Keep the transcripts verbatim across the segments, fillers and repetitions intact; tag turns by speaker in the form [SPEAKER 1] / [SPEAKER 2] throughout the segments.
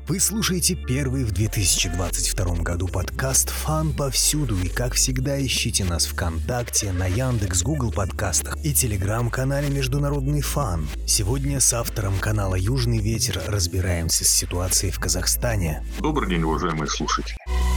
[SPEAKER 1] Вы слушаете первый в две тысячи двадцать втором году подкаст «Фан повсюду». И, как всегда, ищите нас ВКонтакте, на Яндекс, Гугл подкастах и телеграм-канале «Международный фан». Сегодня с автором канала «Южный ветер» разбираемся с ситуацией в Казахстане.
[SPEAKER 2] Добрый день, уважаемые слушатели.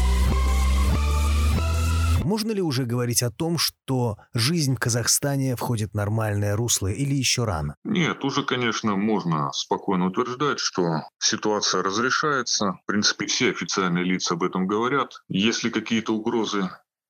[SPEAKER 1] Можно ли уже говорить о том, что жизнь в Казахстане входит в нормальное русло, или еще рано?
[SPEAKER 2] Нет, уже, конечно, можно спокойно утверждать, что ситуация разрешается. В принципе, все официальные лица об этом говорят. Если какие-то угрозы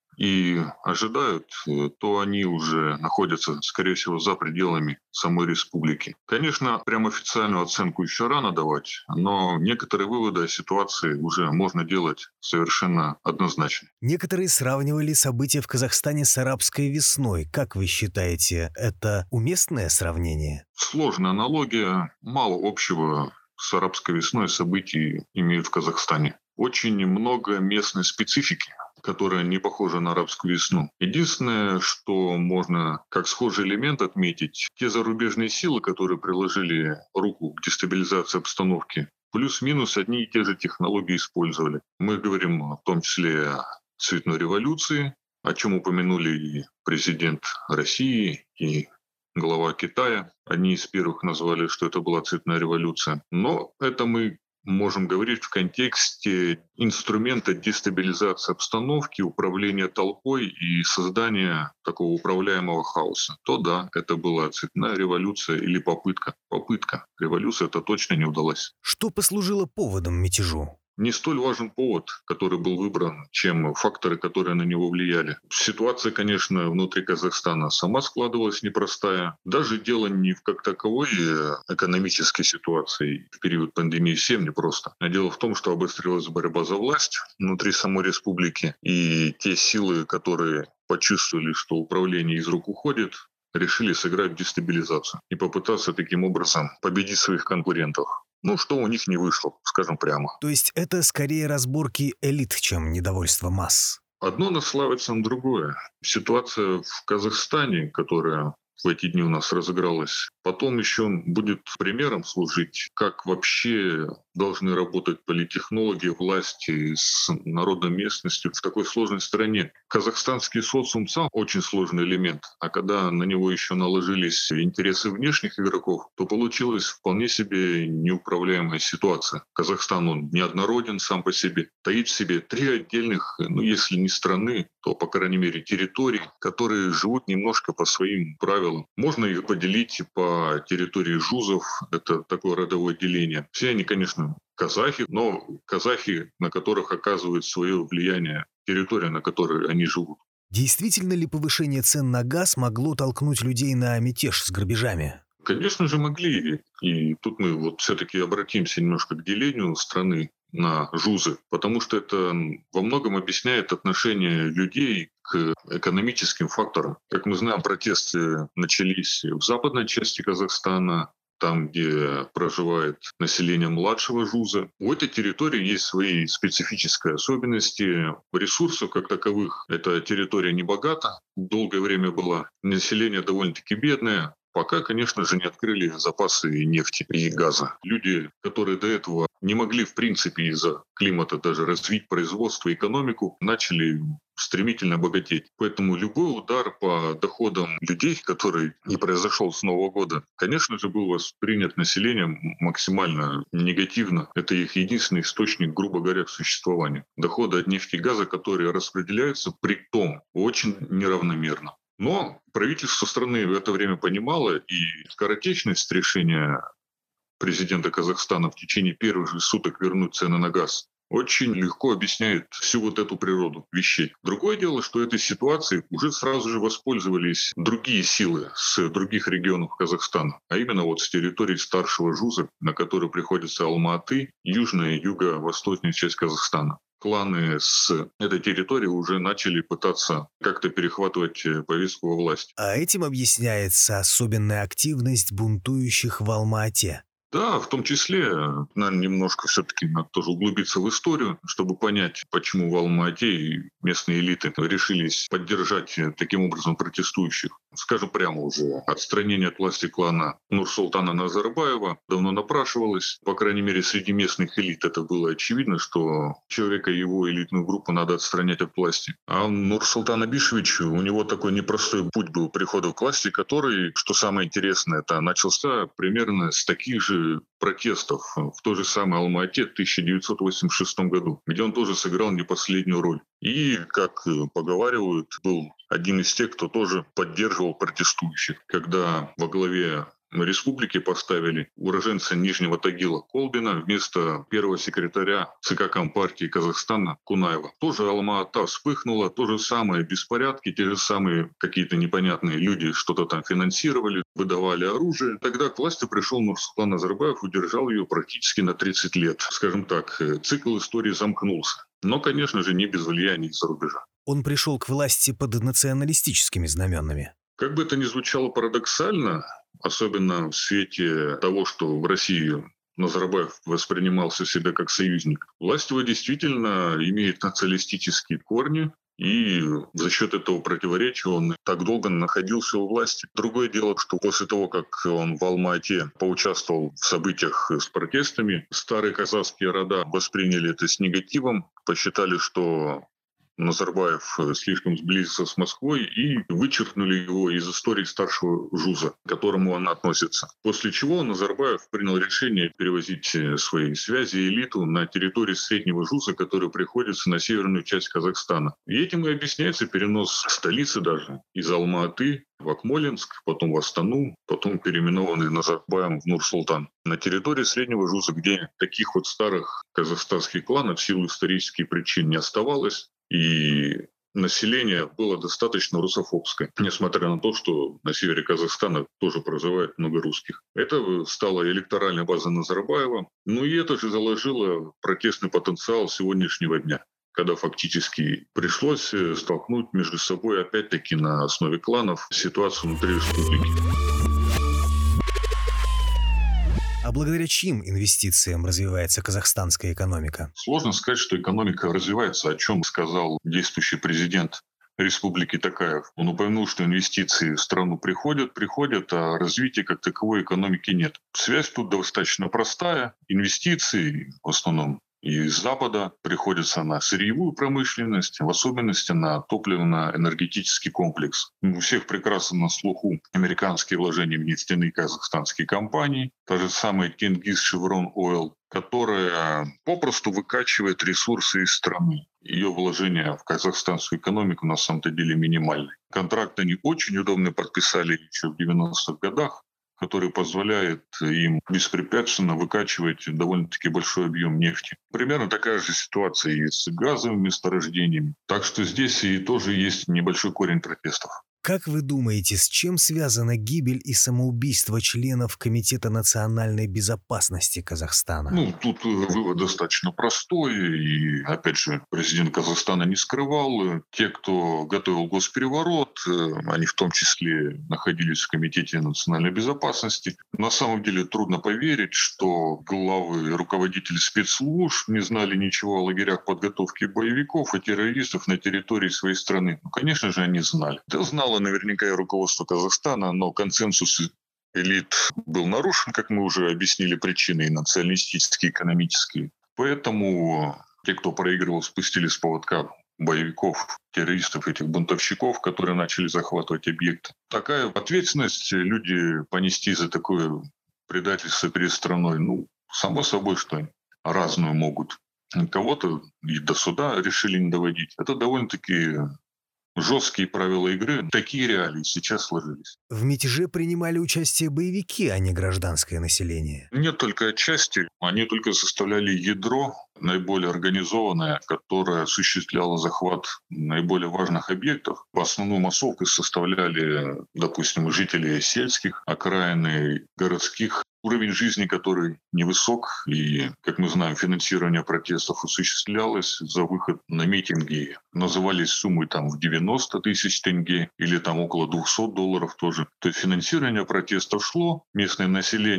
[SPEAKER 2] и ожидают, то они уже находятся, скорее всего, за пределами самой республики. Конечно, прям официальную оценку еще рано давать, но некоторые выводы о ситуации уже можно делать совершенно однозначно.
[SPEAKER 1] Некоторые сравнивали события в Казахстане с арабской весной. Как вы считаете, это уместное сравнение?
[SPEAKER 2] Сложная аналогия, мало общего с арабской весной событий имеют в Казахстане. Очень много местной специфики, которая не похожа на арабскую весну. Единственное, что можно как схожий элемент отметить, те зарубежные силы, которые приложили руку к дестабилизации обстановки, плюс-минус одни и те же технологии использовали. Мы говорим в том числе о цветной революции, о чем упомянули и президент России, и глава Китая. Они из первых назвали, что это была цветная революция. Но это мы можем говорить в контексте инструмента дестабилизации обстановки, управления толпой и создания такого управляемого хаоса. То да, это была цветная революция или попытка. Попытка. Революция это точно не удалась.
[SPEAKER 1] Что послужило поводом мятежу?
[SPEAKER 2] Не столь важен повод, который был выбран, чем факторы, которые на него влияли. Ситуация, конечно, внутри Казахстана сама складывалась непростая. Даже дело не в как таковой экономической ситуации в период пандемии всем непросто. А дело в том, что обострилась борьба за власть внутри самой республики. И те силы, которые почувствовали, что управление из рук уходит, решили сыграть в дестабилизацию и попытаться таким образом победить своих конкурентов. Ну, что у них не вышло, скажем прямо.
[SPEAKER 1] То есть это скорее разборки элит, чем недовольство масс?
[SPEAKER 2] Одно наславится на другое. Ситуация в Казахстане, которая в эти дни у нас разыгралась, потом еще будет примером служить, как вообще должны работать политтехнологи, власти с народной местностью в такой сложной стране. Казахстанский социум сам очень сложный элемент, а когда на него еще наложились интересы внешних игроков, то получилась вполне себе неуправляемая ситуация. Казахстан, он неоднороден сам по себе, таит в себе три отдельных, ну если не страны, то, по крайней мере, территорий, которые живут немножко по своим правилам. Можно их поделить по территории жузов, это такое родовое деление. Все они, конечно, казахи, но казахи, на которых оказывает свое влияние территория, на которой они живут.
[SPEAKER 1] Действительно ли повышение цен на газ могло толкнуть людей на мятеж с грабежами?
[SPEAKER 2] Конечно же, могли. И тут мы вот все-таки обратимся немножко к делению страны на жузы, потому что это во многом объясняет отношение людей к экономическим факторам. Как мы знаем, протесты начались в западной части Казахстана, там, где проживает население младшего жуза. У этой территории есть свои специфические особенности. Ресурсов как таковых эта территория не богата. Долгое время было население довольно-таки бедное. Пока, конечно же, не открыли запасы нефти и газа. Люди, которые до этого не могли, в принципе, из-за климата даже развить производство и экономику, начали стремительно богатеть. Поэтому любой удар по доходам людей, который и произошел с Нового года, конечно же, был воспринят населением максимально негативно. Это их единственный источник, грубо говоря, существования. Доходы от нефти и газа, которые распределяются при том очень неравномерно. Но правительство страны в это время понимало, и скоротечность решения президента Казахстана в течение первых же суток вернуть цены на газ очень легко объясняет всю вот эту природу вещей. Другое дело, что этой ситуацией уже сразу же воспользовались другие силы с других регионов Казахстана, а именно вот с территории старшего жуза, на который приходится Алма-Аты, южная и юго-восточная часть Казахстана. Кланы с этой территории уже начали пытаться как-то перехватывать повестку во власть.
[SPEAKER 1] А этим объясняется особенная активность бунтующих в Алма-Ате.
[SPEAKER 2] Да, в том числе, наверное, немножко все-таки надо тоже углубиться в историю, чтобы понять, почему в Алма-Ате и местные элиты решились поддержать таким образом протестующих. Скажем прямо уже, отстранение от власти клана Нурсултана Назарбаева давно напрашивалось. По крайней мере, среди местных элит это было очевидно, что человека и его элитную группу надо отстранять от власти. А Нурсултан Абишевич, у него такой непростой путь был прихода к власти, который, что самое интересное, это начался примерно с таких же протестов в той же самой Алма-Ате в тысяча девятьсот восемьдесят шестом году, где он тоже сыграл не последнюю роль. И, как поговаривают, был один из тех, кто тоже поддерживал протестующих, когда во главе республики поставили уроженца Нижнего Тагила Колбина вместо первого секретаря ЦК Компартии Казахстана Кунаева. Тоже Алма-Ата вспыхнула, то же самое беспорядки, те же самые какие-то непонятные люди что-то там финансировали, выдавали оружие. Тогда к власти пришел Нурсултан Назарбаев, удержал ее практически на тридцать лет. Скажем так, цикл истории замкнулся. Но, конечно же, не без влияния из-за рубежа.
[SPEAKER 1] Он пришел к власти под националистическими знаменами.
[SPEAKER 2] Как бы это ни звучало парадоксально, особенно в свете того, что в России Назарбаев воспринимался себя как союзник, власть его действительно имеет националистические корни, и за счет этого противоречия он так долго находился у власти. Другое дело, что после того, как он в Алма-Ате поучаствовал в событиях с протестами, старые казахские рода восприняли это с негативом, посчитали, что Назарбаев слишком сблизился с Москвой и вычеркнули его из истории старшего жуза, к которому он относится. После чего Назарбаев принял решение перевозить свои связи и элиту на территории среднего жуза, который приходится на северную часть Казахстана. И этим и объясняется перенос столицы даже из Алма-Аты в Акмолинск, потом в Астану, потом переименованный Назарбаевым в Нур-Султан. На территории среднего жуза, где таких вот старых казахстанских кланов в силу исторических причин не оставалось, и население было достаточно русофобское, несмотря на то, что на севере Казахстана тоже проживает много русских. Это стала электоральная база Назарбаева. Ну и это же заложило протестный потенциал сегодняшнего дня, когда фактически пришлось столкнуть между собой, опять-таки на основе кланов, ситуацию внутри республики.
[SPEAKER 1] А благодаря чьим инвестициям развивается казахстанская экономика?
[SPEAKER 2] Сложно сказать, что экономика развивается, о чем сказал действующий президент Республики Токаев. Он упомянул, что инвестиции в страну приходят, приходят, а развития как таковой экономики нет. Связь тут достаточно простая. Инвестиции в основном из Запада приходится на сырьевую промышленность, в особенности на топливно-энергетический комплекс. У всех прекрасно на слуху американские вложения в нефтяные казахстанские компании, та же самая Тенгиз Шеврон Ойл, которая попросту выкачивает ресурсы из страны. Ее вложения в казахстанскую экономику на самом-то деле минимальны. Контракт они очень удобно подписали еще в девяностых годах, который позволяет им беспрепятственно выкачивать довольно-таки большой объем нефти. Примерно такая же ситуация и с газовыми месторождениями. Так что здесь и тоже есть небольшой корень протестов.
[SPEAKER 1] Как вы думаете, с чем связана гибель и самоубийство членов Комитета национальной безопасности Казахстана?
[SPEAKER 2] Ну, тут вывод достаточно простой. И, опять же, президент Казахстана не скрывал. Те, кто готовил госпереворот, они в том числе находились в Комитете национальной безопасности. На самом деле трудно поверить, что главы и руководители спецслужб не знали ничего о лагерях подготовки боевиков и террористов на территории своей страны. Ну, конечно же, они знали. Да знало наверняка и руководство Казахстана, но консенсус элит был нарушен, как мы уже объяснили, причины и националистические, и экономические. Поэтому те, кто проигрывал, спустили с поводка боевиков, террористов, этих бунтовщиков, которые начали захватывать объекты. Такая ответственность люди понести за такое предательство перед страной, ну, само собой, что разную могут. Кого-то и до суда решили не доводить. Это довольно-таки жесткие правила игры. Такие реалии сейчас сложились.
[SPEAKER 1] В мятеже принимали участие боевики, а не гражданское население.
[SPEAKER 2] Нет только отчасти. Они только составляли ядро, наиболее организованное, которое осуществляло захват наиболее важных объектов. В основную массовку составляли, допустим, жители сельских окраин и городских. Уровень жизни, который невысок, и, как мы знаем, финансирование протестов осуществлялось за выход на митинги. Назывались суммы там в девяносто тысяч тенге или там около двухсот долларов тоже. То есть финансирование протестов шло, местное население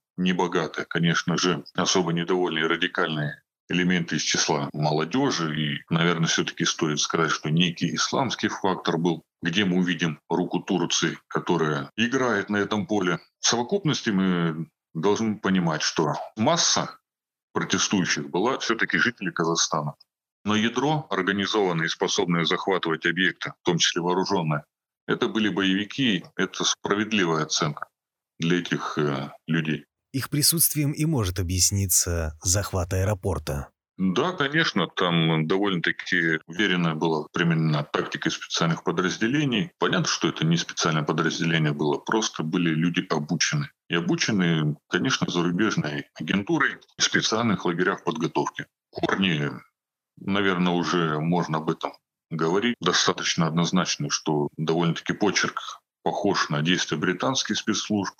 [SPEAKER 2] небогатая. Конечно же, особо недовольные радикальные элементы из числа молодежи. И, наверное, все-таки стоит сказать, что некий исламский фактор был, где мы увидим руку Турции, которая играет на этом поле. В совокупности мы должны понимать, что масса протестующих была все-таки жители Казахстана. Но ядро, организованное и способное захватывать объекты, в том числе вооруженное, это были боевики, это справедливая оценка для этих э, людей.
[SPEAKER 1] Их присутствием и может объясниться захват аэропорта.
[SPEAKER 2] Да, конечно, там довольно-таки уверенная была применена тактика специальных подразделений. Понятно, что это не специальное подразделение было, просто были люди обучены. И обучены, конечно, зарубежной агентурой в специальных лагерях подготовки. Корни, наверное, уже можно об этом говорить, достаточно однозначно, что довольно-таки почерк похож на действия британских спецслужб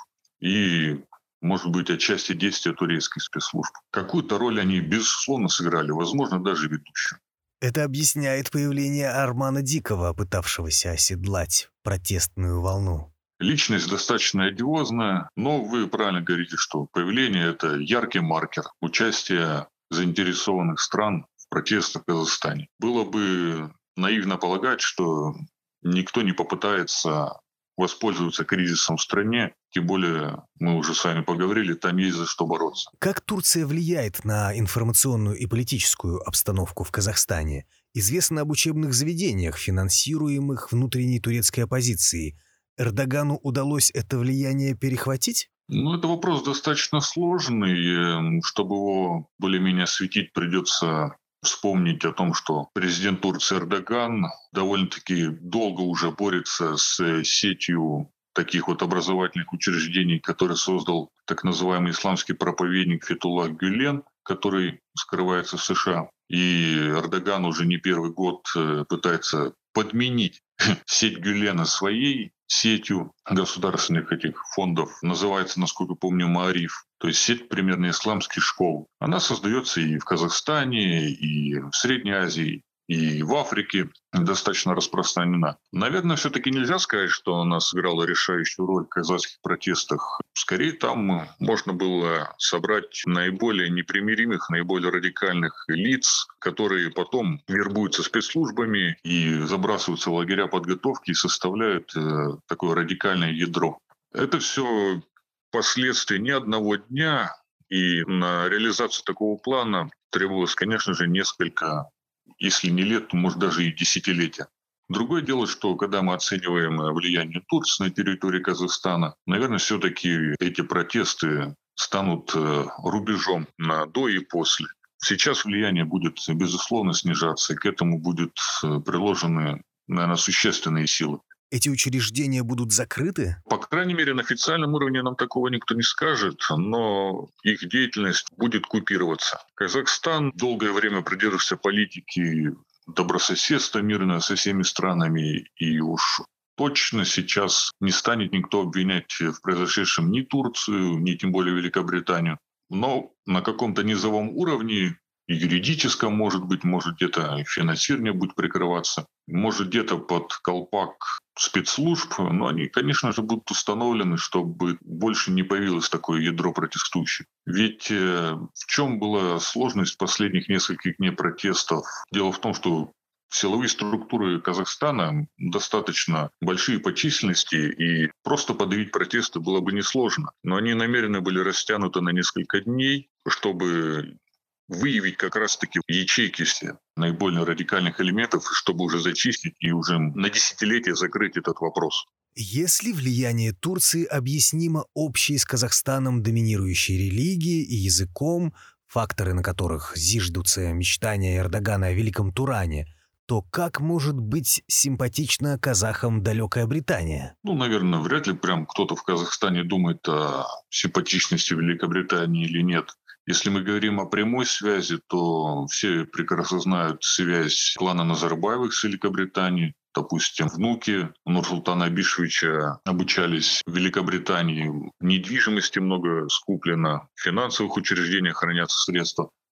[SPEAKER 2] и, может быть, отчасти действия турецких спецслужб. Какую-то роль они, безусловно, сыграли, возможно, даже ведущую.
[SPEAKER 1] Это объясняет появление Армана Дикого, пытавшегося оседлать протестную волну.
[SPEAKER 2] Личность достаточно одиозная, но вы правильно говорите, что появление – это яркий маркер участия заинтересованных стран в протестах в Казахстане. Было бы наивно полагать, что никто не попытается воспользоваться кризисом в стране, тем более, мы уже с вами поговорили, там есть за что бороться.
[SPEAKER 1] Как Турция влияет на информационную и политическую обстановку в Казахстане? Известно об учебных заведениях, финансируемых внутренней турецкой оппозицией. Эрдогану удалось это влияние перехватить?
[SPEAKER 2] Ну, это вопрос достаточно сложный. Чтобы его более-менее осветить, придется вспомнить о том, что президент Турции Эрдоган довольно-таки долго уже борется с сетью таких вот образовательных учреждений, которые создал так называемый исламский проповедник Фетуллах Гюлен, который скрывается в США. И Эрдоган уже не первый год пытается подменить сеть Гюлена своей сетью государственных этих фондов. Называется, насколько помню, Маариф. То есть сеть примерно исламских школ. Она создается и в Казахстане, и в Средней Азии, и в Африке достаточно распространена. Наверное, все-таки нельзя сказать, что она сыграла решающую роль в казахских протестах. Скорее, там можно было собрать наиболее непримиримых, наиболее радикальных лиц, которые потом вербуются спецслужбами и забрасываются в лагеря подготовки и составляют э, такое радикальное ядро. Это все последствия не одного дня, и на реализацию такого плана требовалось, конечно же, несколько, если не лет, то, может, даже и десятилетия. Другое дело, что когда мы оцениваем влияние Турции на территории Казахстана, наверное, все-таки эти протесты станут рубежом на до и после. Сейчас влияние будет, безусловно, снижаться, и к этому будут приложены, наверное, существенные силы.
[SPEAKER 1] Эти учреждения будут закрыты?
[SPEAKER 2] По крайней мере, на официальном уровне нам такого никто не скажет, но их деятельность будет купироваться. Казахстан долгое время придерживался политики добрососедства мирно со всеми странами, и уж точно сейчас не станет никто обвинять в произошедшем ни Турцию, ни тем более Великобританию. Но на каком-то низовом уровне, юридическом, может быть, может где-то финансирование будет прикрываться, может где-то под колпак спецслужб, но они, конечно же, будут установлены, чтобы больше не появилось такое ядро протестующих. Ведь э, в чем была сложность последних нескольких дней протестов? Дело в том, что силовые структуры Казахстана достаточно большие по численности, и просто подавить протесты было бы несложно. Но они намеренно были растянуты на несколько дней, чтобы выявить как раз-таки ячейки наиболее радикальных элементов, чтобы уже зачистить и уже на десятилетия закрыть этот вопрос.
[SPEAKER 1] Если влияние Турции объяснимо общей с Казахстаном доминирующей религией и языком, факторы, на которых зиждутся мечтания Эрдогана о Великом Туране, то как может быть симпатична казахам далекая Британия?
[SPEAKER 2] Ну, наверное, вряд ли прям кто-то в Казахстане думает о симпатичности Великобритании или нет. Если мы говорим о прямой связи, то все прекрасно знают связь клана Назарбаевых с Великобританией. Допустим, внуки Нурсултана Абишевича обучались в Великобритании. Недвижимости много скуплено, в финансовых учреждениях хранятся средства.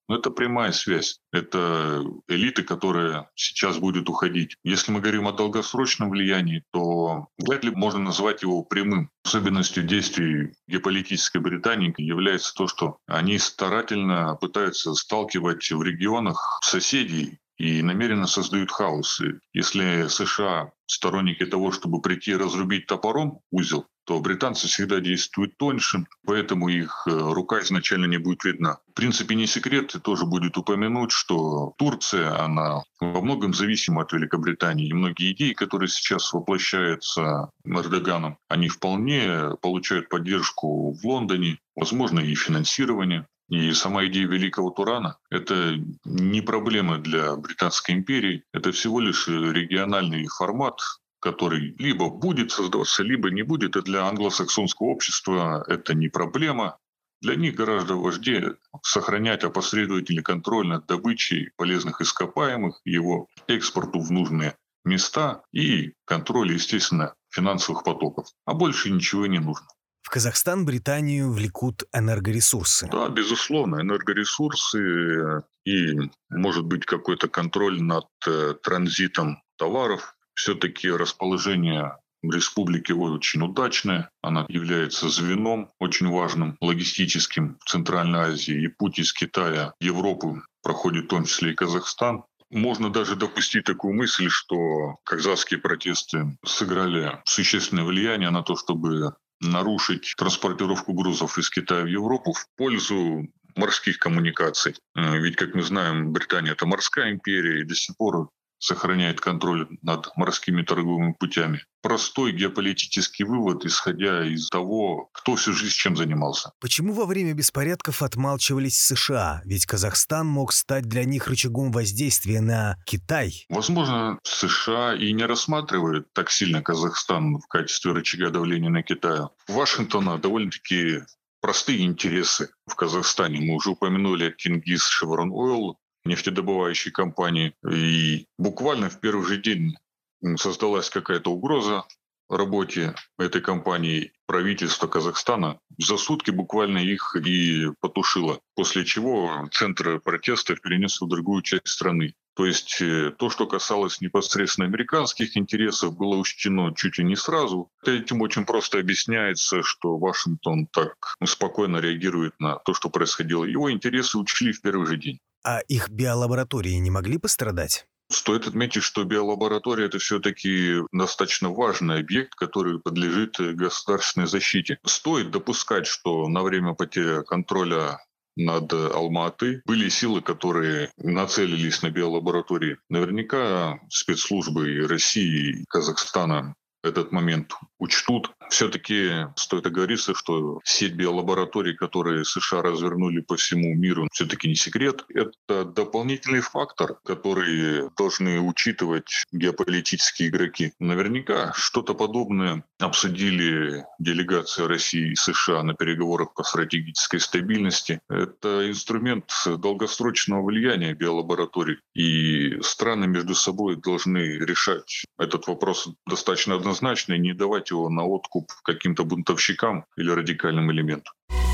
[SPEAKER 2] Но это прямая связь. Это элиты, которая сейчас будет уходить. Если мы говорим о долгосрочном влиянии, то вряд ли можно назвать его прямым. Особенностью действий геополитической Британии является то, что они старательно пытаются сталкивать в регионах соседей и намеренно создают хаос. И если США сторонники того, чтобы прийти и разрубить топором узел, то британцы всегда действуют тоньше, поэтому их рука изначально не будет видна. В принципе, не секрет, и тоже будет упомянуть, что Турция, она во многом зависима от Великобритании. И многие идеи, которые сейчас воплощаются Эрдоганом, они вполне получают поддержку в Лондоне, возможно, и финансирование. И сама идея Великого Турана — это не проблема для Британской империи, это всего лишь региональный формат, который либо будет создаваться, либо не будет. И для англосаксонского общества это не проблема. Для них гораздо важнее сохранять опосредовательный контроль над добычей полезных ископаемых, его экспорту в нужные места и контроль, естественно, финансовых потоков. А больше ничего не нужно.
[SPEAKER 1] В Казахстан Британию влекут энергоресурсы.
[SPEAKER 2] Да, безусловно, энергоресурсы и, может быть, какой-то контроль над э, транзитом товаров. Все-таки расположение республики очень удачное. Она является звеном очень важным, логистическим в Центральной Азии. И путь из Китая в Европу проходит в том числе и Казахстан. Можно даже допустить такую мысль, что казахские протесты сыграли существенное влияние на то, чтобы нарушить транспортировку грузов из Китая в Европу в пользу морских коммуникаций. Ведь, как мы знаем, Британия — это морская империя и до сих пор сохраняет контроль над морскими торговыми путями. Простой геополитический вывод, исходя из того, кто всю жизнь чем занимался.
[SPEAKER 1] Почему во время беспорядков отмалчивались США? Ведь Казахстан мог стать для них рычагом воздействия на Китай.
[SPEAKER 2] Возможно, США и не рассматривают так сильно Казахстан в качестве рычага давления на Китай. У Вашингтона довольно-таки простые интересы в Казахстане. Мы уже упомянули Тенгиз, Chevron Oil, нефтедобывающей компании. И буквально в первый же день создалась какая-то угроза работе этой компании. Правительство Казахстана за сутки буквально их и потушило. После чего центр протестов перенес в другую часть страны. То есть то, что касалось непосредственно американских интересов, было учтено чуть ли не сразу. Этим очень просто объясняется, что Вашингтон так спокойно реагирует на то, что происходило. Его интересы учли в первый же день.
[SPEAKER 1] А их биолаборатории не могли пострадать?
[SPEAKER 2] Стоит отметить, что биолаборатория — это все-таки достаточно важный объект, который подлежит государственной защите. Стоит допускать, что на время потери контроля над Алма-Аты были силы, которые нацелились на биолаборатории. Наверняка спецслужбы России и Казахстана этот момент учтут. Все-таки стоит оговориться, что сеть биолабораторий, которые США развернули по всему миру, все-таки не секрет. Это дополнительный фактор, который должны учитывать геополитические игроки. Наверняка что-то подобное обсудили делегации России и США на переговорах по стратегической стабильности. Это инструмент долгосрочного влияния биолабораторий. И страны между собой должны решать этот вопрос достаточно однозначно и не давать его на откуп каким-то бунтовщикам или радикальным элементам.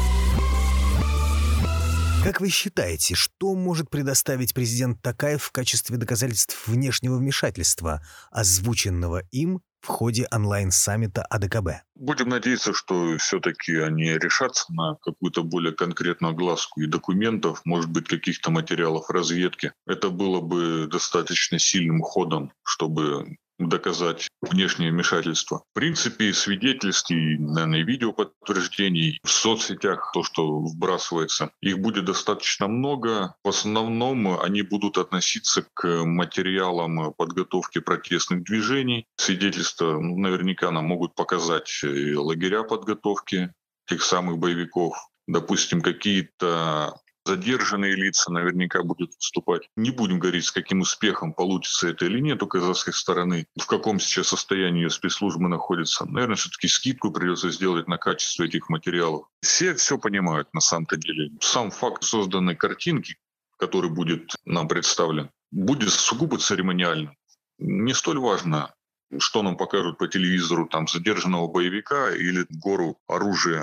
[SPEAKER 1] Как вы считаете, что может предоставить президент Токаев в качестве доказательств внешнего вмешательства, озвученного им в ходе онлайн-саммита А Дэ Ка Бэ?
[SPEAKER 2] Будем надеяться, что все-таки они решатся на какую-то более конкретную огласку и документов, может быть, каких-то материалов разведки. Это было бы достаточно сильным ходом, чтобы доказать внешнее вмешательство. В принципе, свидетельств и, наверное, видеоподтверждений в соцсетях, то, что вбрасывается, их будет достаточно много. В основном они будут относиться к материалам подготовки протестных движений. Свидетельства, ну, наверняка нам могут показать и лагеря подготовки тех самых боевиков. Допустим, какие-то задержанные лица наверняка будут выступать. Не будем говорить, с каким успехом получится это или нет у казахской стороны, в каком сейчас состоянии спецслужбы находятся. Наверное, все-таки скидку придется сделать на качество этих материалов. Все все понимают на самом-то деле. Сам факт созданной картинки, который будет нам представлен, будет сугубо церемониальным. Не столь важно, что нам покажут по телевизору, там, задержанного боевика или гору оружия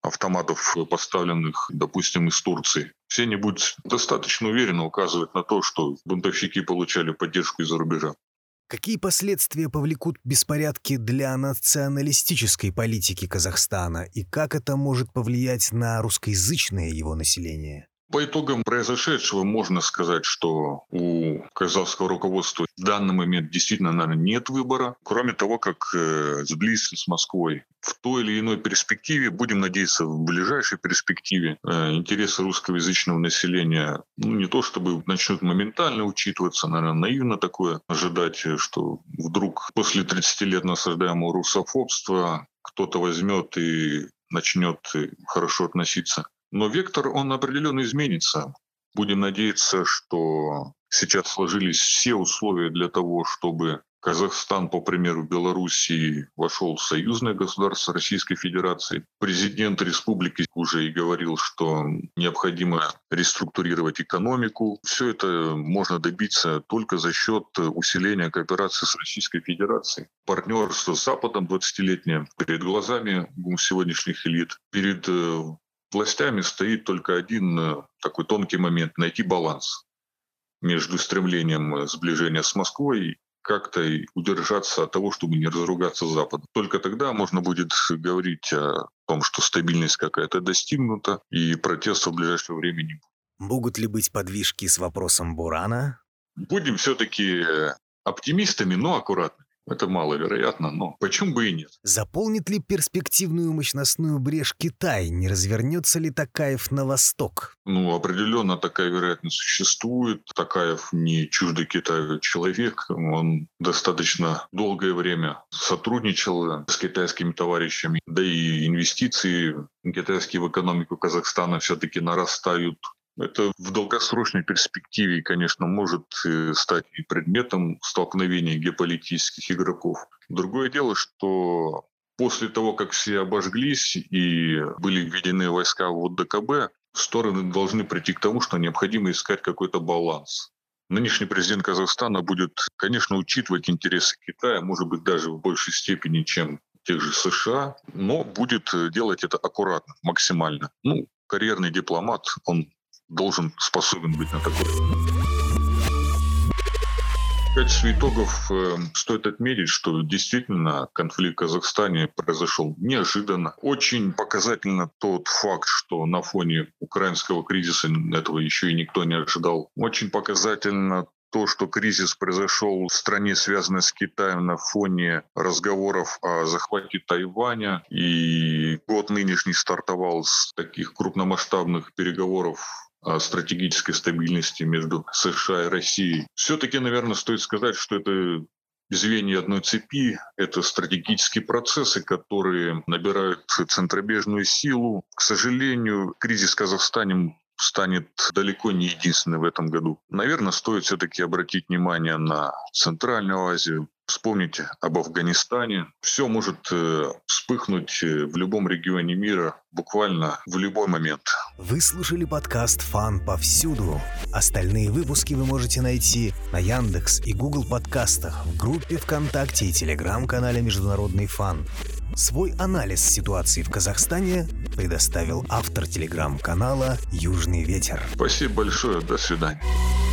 [SPEAKER 2] автоматов, поставленных, допустим, из Турции. Все они будут достаточно уверенно указывать на то, что бунтовщики получали поддержку из-за рубежа.
[SPEAKER 1] Какие последствия повлекут беспорядки для националистической политики Казахстана и как это может повлиять на русскоязычное его население?
[SPEAKER 2] По итогам произошедшего можно сказать, что у казахского руководства в данный момент действительно, наверное, нет выбора, кроме того, как э, сблизиться с Москвой. В той или иной перспективе, будем надеяться, в ближайшей перспективе, э, интересы русскоязычного населения, ну, не то чтобы начнут моментально учитываться, наверное, наивно такое ожидать, что вдруг после тридцати лет насаждаемого русофобства кто-то возьмет и начнет хорошо относиться. Но вектор, он определенно изменится. Будем надеяться, что сейчас сложились все условия для того, чтобы Казахстан, по примеру Белоруссии, вошел в союзное государство Российской Федерации. Президент республики уже и говорил, что необходимо реструктурировать экономику. Все это можно добиться только за счет усиления кооперации с Российской Федерацией. Партнерство с Западом двадцатилетнее перед глазами у сегодняшних элит, перед властями стоит только один такой тонкий момент – найти баланс между стремлением сближения с Москвой и как-то удержаться от того, чтобы не разругаться с Западом. Только тогда можно будет говорить о том, что стабильность какая-то достигнута и протеста в ближайшее время не будет.
[SPEAKER 1] Могут ли быть подвижки с вопросом Бурана?
[SPEAKER 2] Будем все-таки оптимистами, но аккуратными. Это маловероятно, но почему бы и нет?
[SPEAKER 1] Заполнит ли перспективную мощностную брешь Китай? Не развернется ли Токаев на восток?
[SPEAKER 2] Ну, определенно такая вероятность существует. Токаев не чуждый Китаю человек. Он достаточно долгое время сотрудничал с китайскими товарищами. Да и инвестиции китайские в экономику Казахстана все-таки нарастают. Это в долгосрочной перспективе, конечно, может стать и предметом столкновения геополитических игроков. Другое дело, что после того, как все обожглись и были введены войска в ОДКБ, стороны должны прийти к тому, что необходимо искать какой-то баланс. Нынешний президент Казахстана будет, конечно, учитывать интересы Китая, может быть, даже в большей степени, чем тех же США, но будет делать это аккуратно, максимально. Ну, карьерный дипломат, он должен способен быть на такое. В качестве итогов э, стоит отметить, что действительно конфликт в Казахстане произошел неожиданно. Очень показательно тот факт, что на фоне украинского кризиса этого еще и никто не ожидал. Очень показательно то, что кризис произошел в стране, связанной с Китаем, на фоне разговоров о захвате Тайваня. И год нынешний стартовал с таких крупномасштабных переговоров о стратегической стабильности между США и Россией. Все-таки, наверное, стоит сказать, что это звенья одной цепи, это стратегические процессы, которые набирают центробежную силу. К сожалению, кризис в Казахстане станет далеко не единственным в этом году. Наверное, стоит все-таки обратить внимание на Центральную Азию, вспомнить об Афганистане. Все может э, вспыхнуть в любом регионе мира, буквально в любой момент.
[SPEAKER 1] Вы слушали подкаст «Фан повсюду». Остальные выпуски вы можете найти на Яндекс и Google подкастах, в группе ВКонтакте и Телеграм-канале «Международный фан». Свой анализ ситуации в Казахстане предоставил автор Телеграм-канала «Южный ветер».
[SPEAKER 2] Спасибо большое. До свидания.